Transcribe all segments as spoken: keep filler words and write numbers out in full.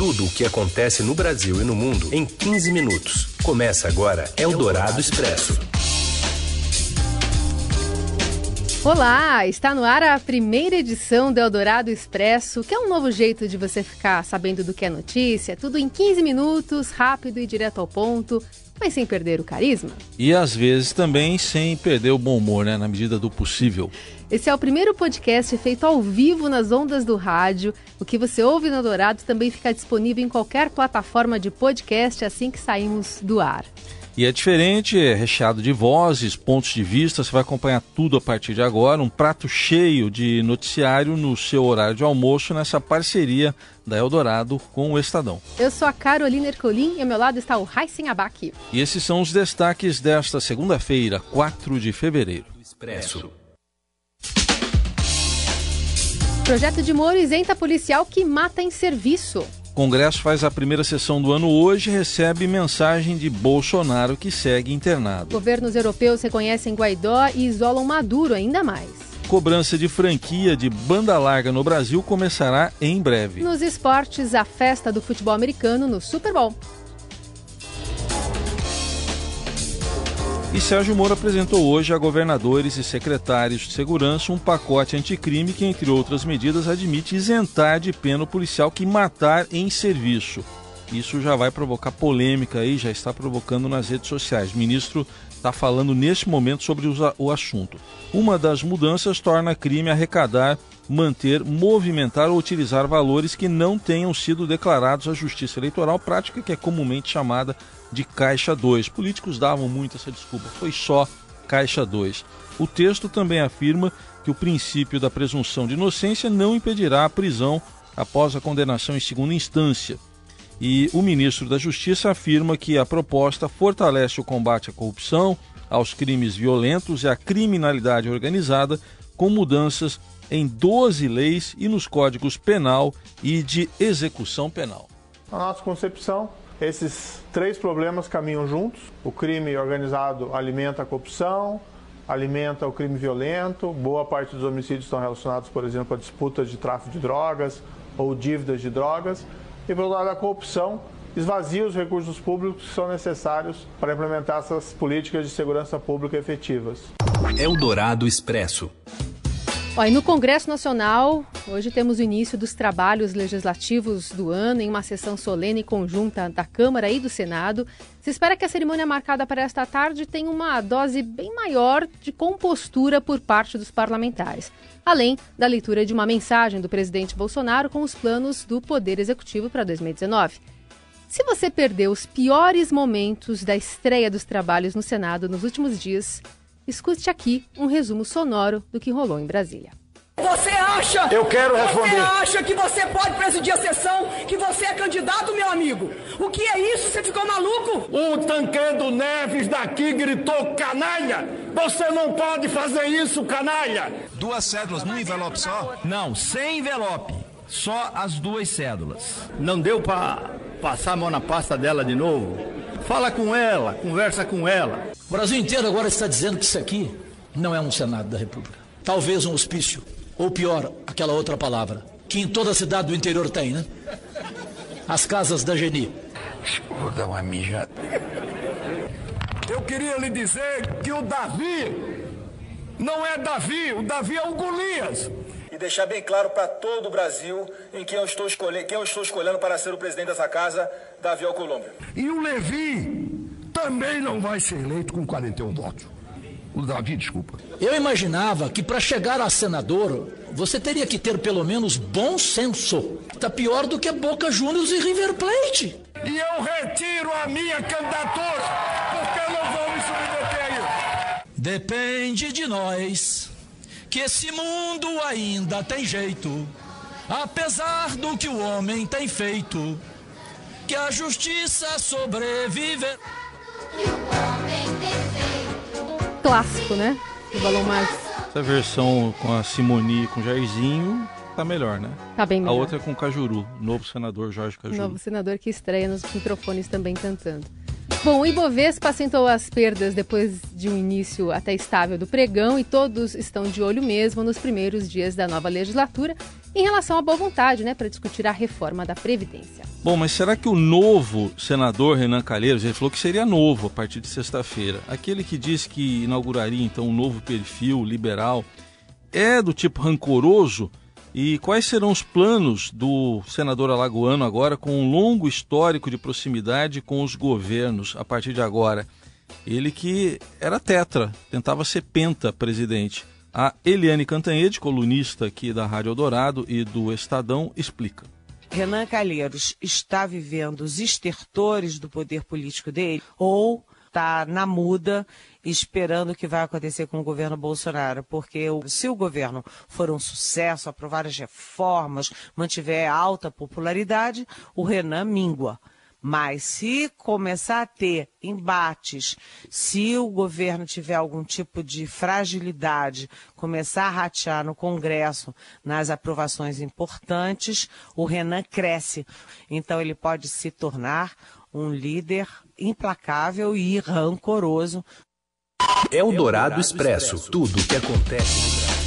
Tudo o que acontece no Brasil e no mundo em quinze minutos. Começa agora Eldorado Expresso. Olá, está no ar a primeira edição do Eldorado Expresso, que é um novo jeito de você ficar sabendo do que é notícia, tudo em quinze minutos, rápido e direto ao ponto, mas sem perder o carisma. E às vezes também sem perder o bom humor, né, na medida do possível. Esse é o primeiro podcast feito ao vivo nas ondas do rádio. O que você ouve no Eldorado também fica disponível em qualquer plataforma de podcast assim que saímos do ar. E é diferente, é recheado de vozes, pontos de vista, você vai acompanhar tudo a partir de agora, um prato cheio de noticiário no seu horário de almoço, nessa parceria da Eldorado com o Estadão. Eu sou a Carolina Ercolim e ao meu lado está o Raíssen Abac. E esses são os destaques desta segunda-feira, quatro de fevereiro. Expresso. Projeto de Moro isenta policial que mata em serviço. O Congresso faz a primeira sessão do ano hoje e recebe mensagem de Bolsonaro, que segue internado. Governos europeus reconhecem Guaidó e isolam Maduro ainda mais. Cobrança de franquia de banda larga no Brasil começará em breve. Nos esportes, a festa do futebol americano no Super Bowl. E Sérgio Moro apresentou hoje a governadores e secretários de segurança um pacote anticrime que, entre outras medidas, admite isentar de pena o policial que matar em serviço. Isso já vai provocar polêmica aí, já está provocando nas redes sociais. O ministro está falando neste momento sobre o assunto. Uma das mudanças torna crime arrecadar, manter, movimentar ou utilizar valores que não tenham sido declarados à Justiça Eleitoral, prática que é comumente chamada de Caixa dois. Políticos davam muito essa desculpa, foi só Caixa dois. O texto também afirma que o princípio da presunção de inocência não impedirá a prisão após a condenação em segunda instância. E o ministro da Justiça afirma que a proposta fortalece o combate à corrupção, aos crimes violentos e à criminalidade organizada, com mudanças em doze leis e nos códigos penal e de execução penal. Na nossa concepção, esses três problemas caminham juntos. O crime organizado alimenta a corrupção, alimenta o crime violento. Boa parte dos homicídios estão relacionados, por exemplo, a disputas de tráfico de drogas ou dívidas de drogas. E, pelo lado da corrupção, esvazia os recursos públicos que são necessários para implementar essas políticas de segurança pública efetivas. Eldorado Expresso. Ó, e no Congresso Nacional, hoje temos o início dos trabalhos legislativos do ano em uma sessão solene conjunta da Câmara e do Senado. Se espera que a cerimônia marcada para esta tarde tenha uma dose bem maior de compostura por parte dos parlamentares, além da leitura de uma mensagem do presidente Bolsonaro com os planos do Poder Executivo para dois mil e dezenove. Se você perdeu os piores momentos da estreia dos trabalhos no Senado nos últimos dias, escute aqui um resumo sonoro do que rolou em Brasília. Você acha? Eu quero responder. Você acha que você pode presidir a sessão, que você é candidato, meu amigo? O que é isso? Você ficou maluco? O Tancredo Neves daqui gritou canalha. Você não pode fazer isso, canalha. Duas cédulas num envelope só? Não, sem envelope. Só as duas cédulas. Não deu pra passar a mão na pasta dela de novo? Fala com ela, conversa com ela. O Brasil inteiro agora está dizendo que isso aqui não é um Senado da República. Talvez um hospício, ou pior, aquela outra palavra, que em toda cidade do interior tem, né? As casas da Geni. Vou dar uma mijada. Eu queria lhe dizer que o Davi não é Davi, o Davi é o Golias. E deixar bem claro para todo o Brasil em quem eu estou escolhendo, quem eu estou escolhendo para ser o presidente dessa casa, Davi Alcolumbre. E o Levi também não vai ser eleito com quarenta e um votos. O Davi, desculpa. Eu imaginava que para chegar a senador, você teria que ter pelo menos bom senso. Está pior do que Boca Juniors e River Plate. E eu retiro a minha candidatura, porque eu não vou me submeter a isso. Depende de nós, que esse mundo ainda tem jeito, apesar do que o homem tem feito, que a justiça sobrevive. Clássico, né? O Balão Mágico. Essa versão com a Simone e com o Jairzinho tá melhor, né? Tá bem melhor. A outra é com o Cajuru, novo senador Jorge Cajuru. Novo senador que estreia nos microfones também cantando. Bom, o Ibovespa assentou as perdas depois de um início até estável do pregão e todos estão de olho mesmo nos primeiros dias da nova legislatura, em relação à boa vontade, né, para discutir a reforma da Previdência. Bom, mas será que o novo senador Renan Calheiros, ele falou que seria novo a partir de sexta-feira, aquele que disse que inauguraria então um novo perfil liberal, é do tipo rancoroso? E quais serão os planos do senador alagoano agora com um longo histórico de proximidade com os governos a partir de agora? Ele que era tetra, tentava ser penta presidente. A Eliane Cantanhede, colunista aqui da Rádio Eldorado e do Estadão, explica. Renan Calheiros está vivendo os estertores do poder político dele ou está na muda esperando o que vai acontecer com o governo Bolsonaro, porque se o governo for um sucesso, aprovar as reformas, mantiver alta popularidade, o Renan mingua. Mas se começar a ter embates, se o governo tiver algum tipo de fragilidade, começar a ratear no Congresso, nas aprovações importantes, o Renan cresce. Então ele pode se tornar um líder implacável e rancoroso. Eldorado Expresso, tudo o que acontece no Brasil.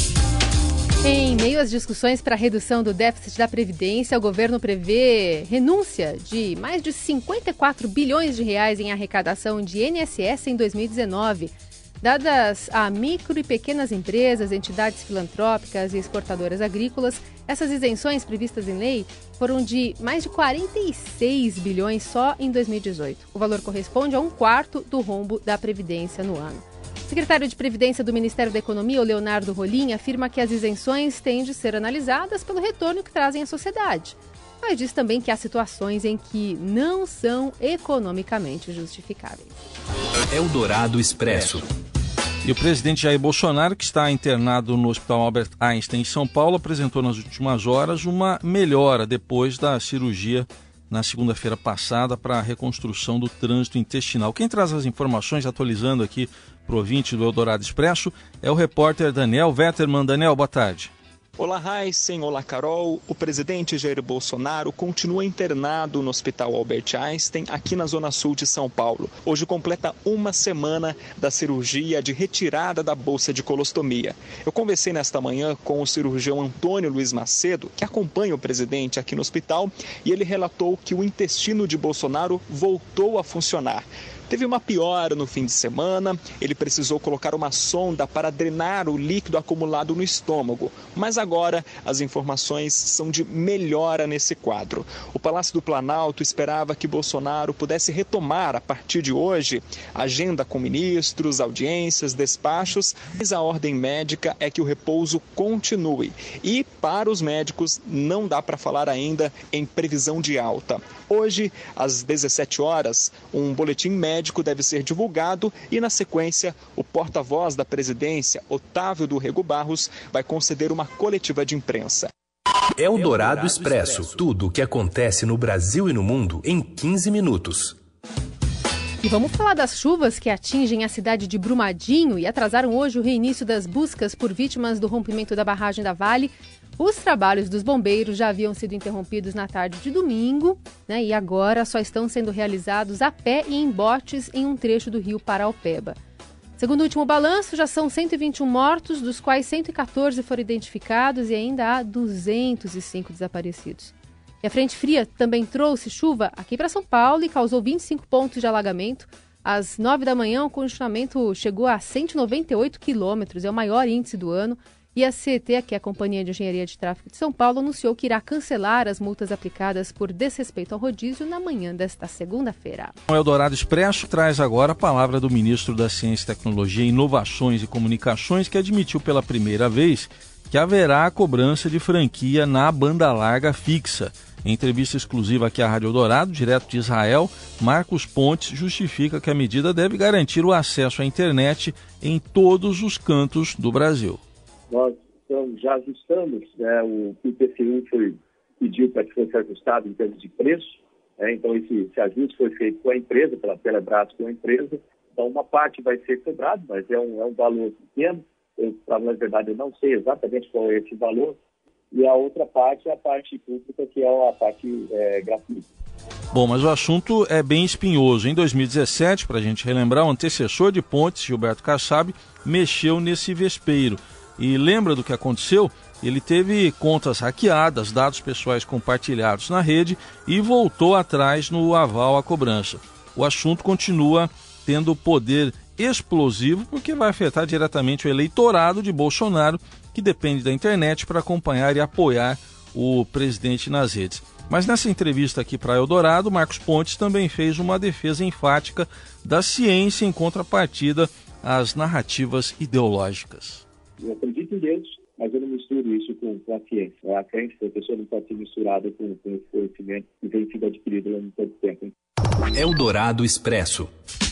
Em meio às discussões para a redução do déficit da Previdência, o governo prevê renúncia de mais de cinquenta e quatro bilhões de reais em arrecadação de I N S S em dois mil e dezenove. Dadas a micro e pequenas empresas, entidades filantrópicas e exportadoras agrícolas, essas isenções previstas em lei foram de mais de quarenta e seis bilhões só em dois mil e dezoito. O valor corresponde a um quarto do rombo da Previdência no ano. O secretário de Previdência do Ministério da Economia, o Leonardo Rolim, afirma que as isenções têm de ser analisadas pelo retorno que trazem à sociedade. Mas diz também que há situações em que não são economicamente justificáveis. Eldorado Expresso. E o presidente Jair Bolsonaro, que está internado no Hospital Albert Einstein em São Paulo, apresentou nas últimas horas uma melhora depois da cirurgia na segunda-feira passada para a reconstrução do trânsito intestinal. Quem traz as informações, atualizando aqui para o ouvinte do Eldorado Expresso, é o repórter Daniel Vetterman. Daniel, boa tarde. Olá, Heisen. Olá, Carol. O presidente Jair Bolsonaro continua internado no Hospital Albert Einstein, aqui na Zona Sul de São Paulo. Hoje completa uma semana da cirurgia de retirada da bolsa de colostomia. Eu conversei nesta manhã com o cirurgião Antônio Luiz Macedo, que acompanha o presidente aqui no hospital, e ele relatou que o intestino de Bolsonaro voltou a funcionar. Teve uma piora no fim de semana, ele precisou colocar uma sonda para drenar o líquido acumulado no estômago. Mas agora as informações são de melhora nesse quadro. O Palácio do Planalto esperava que Bolsonaro pudesse retomar, a partir de hoje, a agenda com ministros, audiências, despachos, mas a ordem médica é que o repouso continue. E, para os médicos, não dá para falar ainda em previsão de alta. Hoje, às dezessete horas, um boletim médico deve ser divulgado e, na sequência, o porta-voz da presidência, Otávio do Rego Barros, vai conceder uma coletiva de imprensa. Eldorado Expresso, tudo o que acontece no Brasil e no mundo em quinze minutos. E vamos falar das chuvas que atingem a cidade de Brumadinho e atrasaram hoje o reinício das buscas por vítimas do rompimento da barragem da Vale. Os trabalhos dos bombeiros já haviam sido interrompidos na tarde de domingo, né, e agora só estão sendo realizados a pé e em botes em um trecho do rio Paraopeba. Segundo o último balanço, já são cento e vinte e um mortos, dos quais cento e catorze foram identificados e ainda há duzentos e cinco desaparecidos. E a frente fria também trouxe chuva aqui para São Paulo e causou vinte e cinco pontos de alagamento. Às nove da manhã, o congestionamento chegou a cento e noventa e oito quilômetros, é o maior índice do ano. E a C E T, que é a Companhia de Engenharia de Tráfego de São Paulo, anunciou que irá cancelar as multas aplicadas por desrespeito ao rodízio na manhã desta segunda-feira. O Eldorado Expresso traz agora a palavra do ministro da Ciência, Tecnologia, Inovações e Comunicações, que admitiu pela primeira vez que haverá a cobrança de franquia na banda larga fixa. Em entrevista exclusiva aqui à Rádio Eldorado, direto de Israel, Marcos Pontes justifica que a medida deve garantir o acesso à internet em todos os cantos do Brasil. Nós então, já ajustamos, né, o I P C U foi, pediu para que fosse ajustado em termos de preço, né, então esse, esse ajuste foi feito com a empresa, pela Telebrás com a empresa, então uma parte vai ser cobrada, mas é um, é um valor pequeno, eu, pra, na verdade eu não sei exatamente qual é esse valor, e a outra parte é a parte pública, que é a parte é, gratuita. Bom, mas o assunto é bem espinhoso. Em dois mil e dezessete, para a gente relembrar, o antecessor de Pontes, Gilberto Kassab, mexeu nesse vespeiro. E lembra do que aconteceu? Ele teve contas hackeadas, dados pessoais compartilhados na rede e voltou atrás no aval à cobrança. O assunto continua tendo poder explosivo porque vai afetar diretamente o eleitorado de Bolsonaro, que depende da internet para acompanhar e apoiar o presidente nas redes. Mas nessa entrevista aqui para Eldorado, Marcos Pontes também fez uma defesa enfática da ciência em contrapartida às narrativas ideológicas. Eu acredito em Deus, mas eu não misturo isso com, com a ciência. A crença da pessoa não pode ser misturada com, com esse conhecimento que vem sido adquirido ao longo de todo tempo. Eldorado Expresso.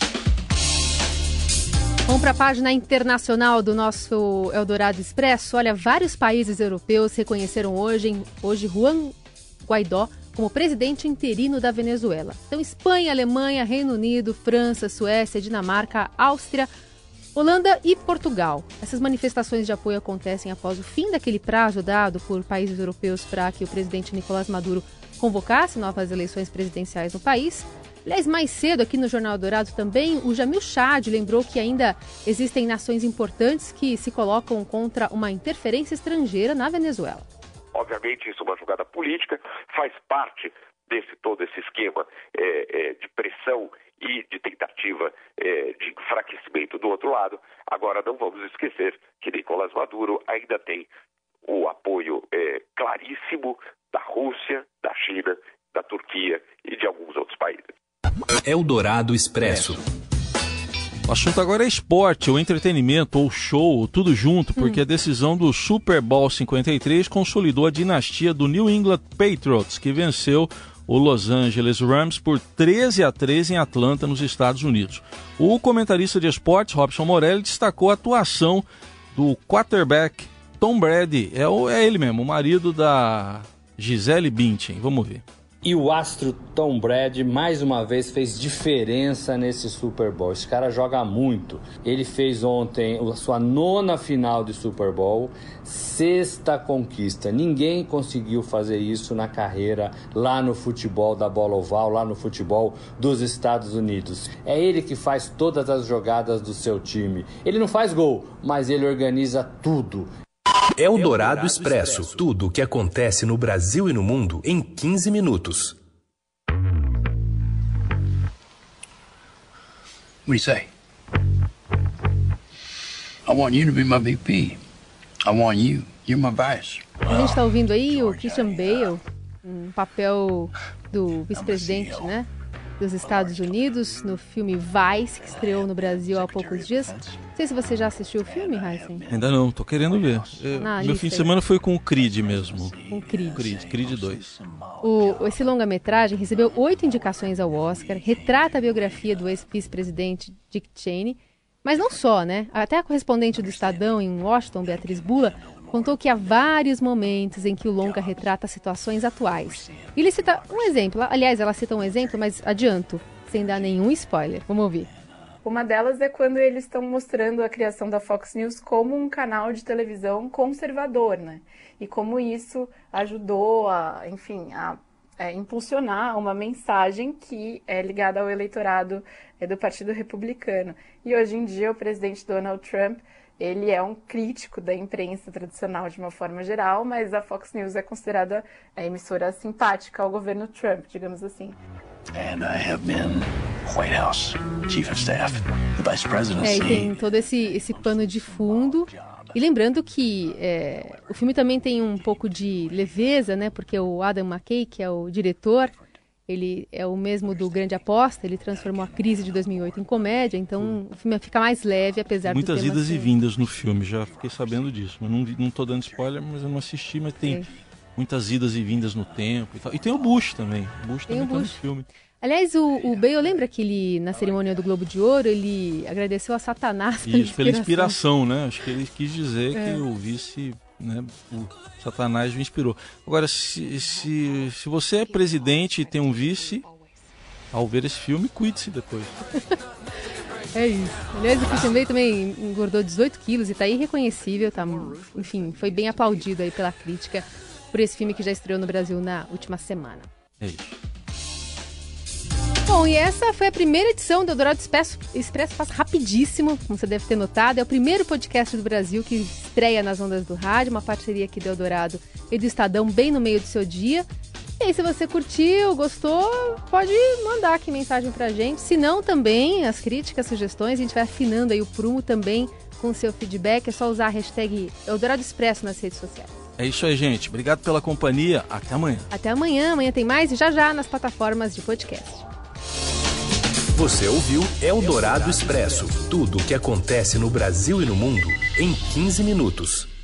Vamos para a página internacional do nosso Eldorado Expresso. Olha, vários países europeus reconheceram hoje, hoje Juan Guaidó como presidente interino da Venezuela. Então, Espanha, Alemanha, Reino Unido, França, Suécia, Dinamarca, Áustria, Holanda e Portugal. Essas manifestações de apoio acontecem após o fim daquele prazo dado por países europeus para que o presidente Nicolás Maduro convocasse novas eleições presidenciais no país. Aliás, mais cedo aqui no Jornal Dourado também, o Jamil Chad lembrou que ainda existem nações importantes que se colocam contra uma interferência estrangeira na Venezuela. Obviamente isso é uma jogada política, faz parte desse todo esse esquema é, é, de pressão e de tentativa é, de enfraquecimento do outro lado. Agora não vamos esquecer que Nicolás Maduro ainda tem o apoio é, claríssimo da Rússia, da China, da Turquia e de alguns outros países. Eldorado Expresso. O assunto agora é esporte, ou entretenimento, ou show, tudo junto, porque hum. a decisão do Super Bowl cinquenta e três consolidou a dinastia do New England Patriots, que venceu o Los Angeles Rams por treze a três em Atlanta, nos Estados Unidos. O comentarista de esportes, Robson Morelli, destacou a atuação do quarterback Tom Brady. É, o, é ele mesmo, o marido da Gisele Bündchen. Vamos ver. E o astro Tom Brady, mais uma vez, fez diferença nesse Super Bowl. Esse cara joga muito. Ele fez ontem a sua nona final de Super Bowl, sexta conquista. Ninguém conseguiu fazer isso na carreira lá no futebol da bola oval, lá no futebol dos Estados Unidos. É ele que faz todas as jogadas do seu time. Ele não faz gol, mas ele organiza tudo. Eldorado Expresso. Tudo o que acontece no Brasil e no mundo em quinze minutos. What do you say? I want you to be my V P. I want you. You're my vice. A gente está ouvindo aí o Christian Bale, um papel do vice-presidente, né, dos Estados Unidos, no filme Vice, que estreou no Brasil há poucos dias. Não sei se você já assistiu o filme, Heisen. Ainda não, tô querendo ver. Eu, meu fim de semana foi com o Creed mesmo. Com o Creed. Creed, Creed dois. O, esse longa-metragem recebeu oito indicações ao Oscar, retrata a biografia do ex-vice-presidente Dick Cheney, mas não só, né? Até a correspondente do Estadão em Washington, Beatriz Bula, contou que há vários momentos em que o longa retrata situações atuais. E ele cita um exemplo, aliás, ela cita um exemplo, mas adianto, sem dar nenhum spoiler. Vamos ouvir. Uma delas é quando eles estão mostrando a criação da Fox News como um canal de televisão conservador, né? E como isso ajudou a, enfim, a é, impulsionar uma mensagem que é ligada ao eleitorado é, do Partido Republicano. E hoje em dia o presidente Donald Trump, ele é um crítico da imprensa tradicional de uma forma geral, mas a Fox News é considerada a emissora simpática ao governo Trump, digamos assim. And I have been White House Chief of Staff, the Vice Presidency. É, e tem todo esse, esse pano de fundo. E lembrando que é, o filme também tem um pouco de leveza, né? Porque o Adam McKay, que é o diretor, ele é o mesmo do Grande Aposta, ele transformou a crise de dois mil e oito em comédia, então o filme fica mais leve, apesar Muitas do tema idas ser... e vindas no filme, já fiquei sabendo disso. Mas não, não tô dando spoiler, mas eu não assisti, mas tem... É. Muitas idas e vindas no tempo e tal. E tem o Bush também. O Bush tem também o Bush. Tá no filme. Aliás, o, o Bale, lembra que ele, na cerimônia do Globo de Ouro, ele agradeceu a Satanás pela Isso, inspiração. pela inspiração, né? Acho que ele quis dizer é. que o vice, né, o Satanás o inspirou. Agora, se, se, se você é presidente e tem um vice, ao ver esse filme, cuide-se depois. É isso. Aliás, o Christian Bale também engordou dezoito quilos e tá irreconhecível, tá, enfim, foi bem aplaudido aí pela crítica por esse filme que já estreou no Brasil na última semana. É isso. Bom, Bom, e essa foi a primeira edição do Eldorado Expresso. Expresso passa rapidíssimo, como você deve ter notado. É o primeiro podcast do Brasil que estreia nas ondas do rádio, uma parceria aqui do Eldorado e do Estadão, bem no meio do seu dia. E aí, se você curtiu, gostou, pode mandar aqui mensagem pra gente. Se não, também, as críticas, sugestões, a gente vai afinando aí o prumo também com o seu feedback. É só usar a hashtag Eldorado Expresso nas redes sociais. É isso aí, gente. Obrigado pela companhia. Até amanhã. Até amanhã. Amanhã tem mais e já já nas plataformas de podcast. Você ouviu Eldorado Expresso. Tudo o que acontece no Brasil e no mundo em quinze minutos.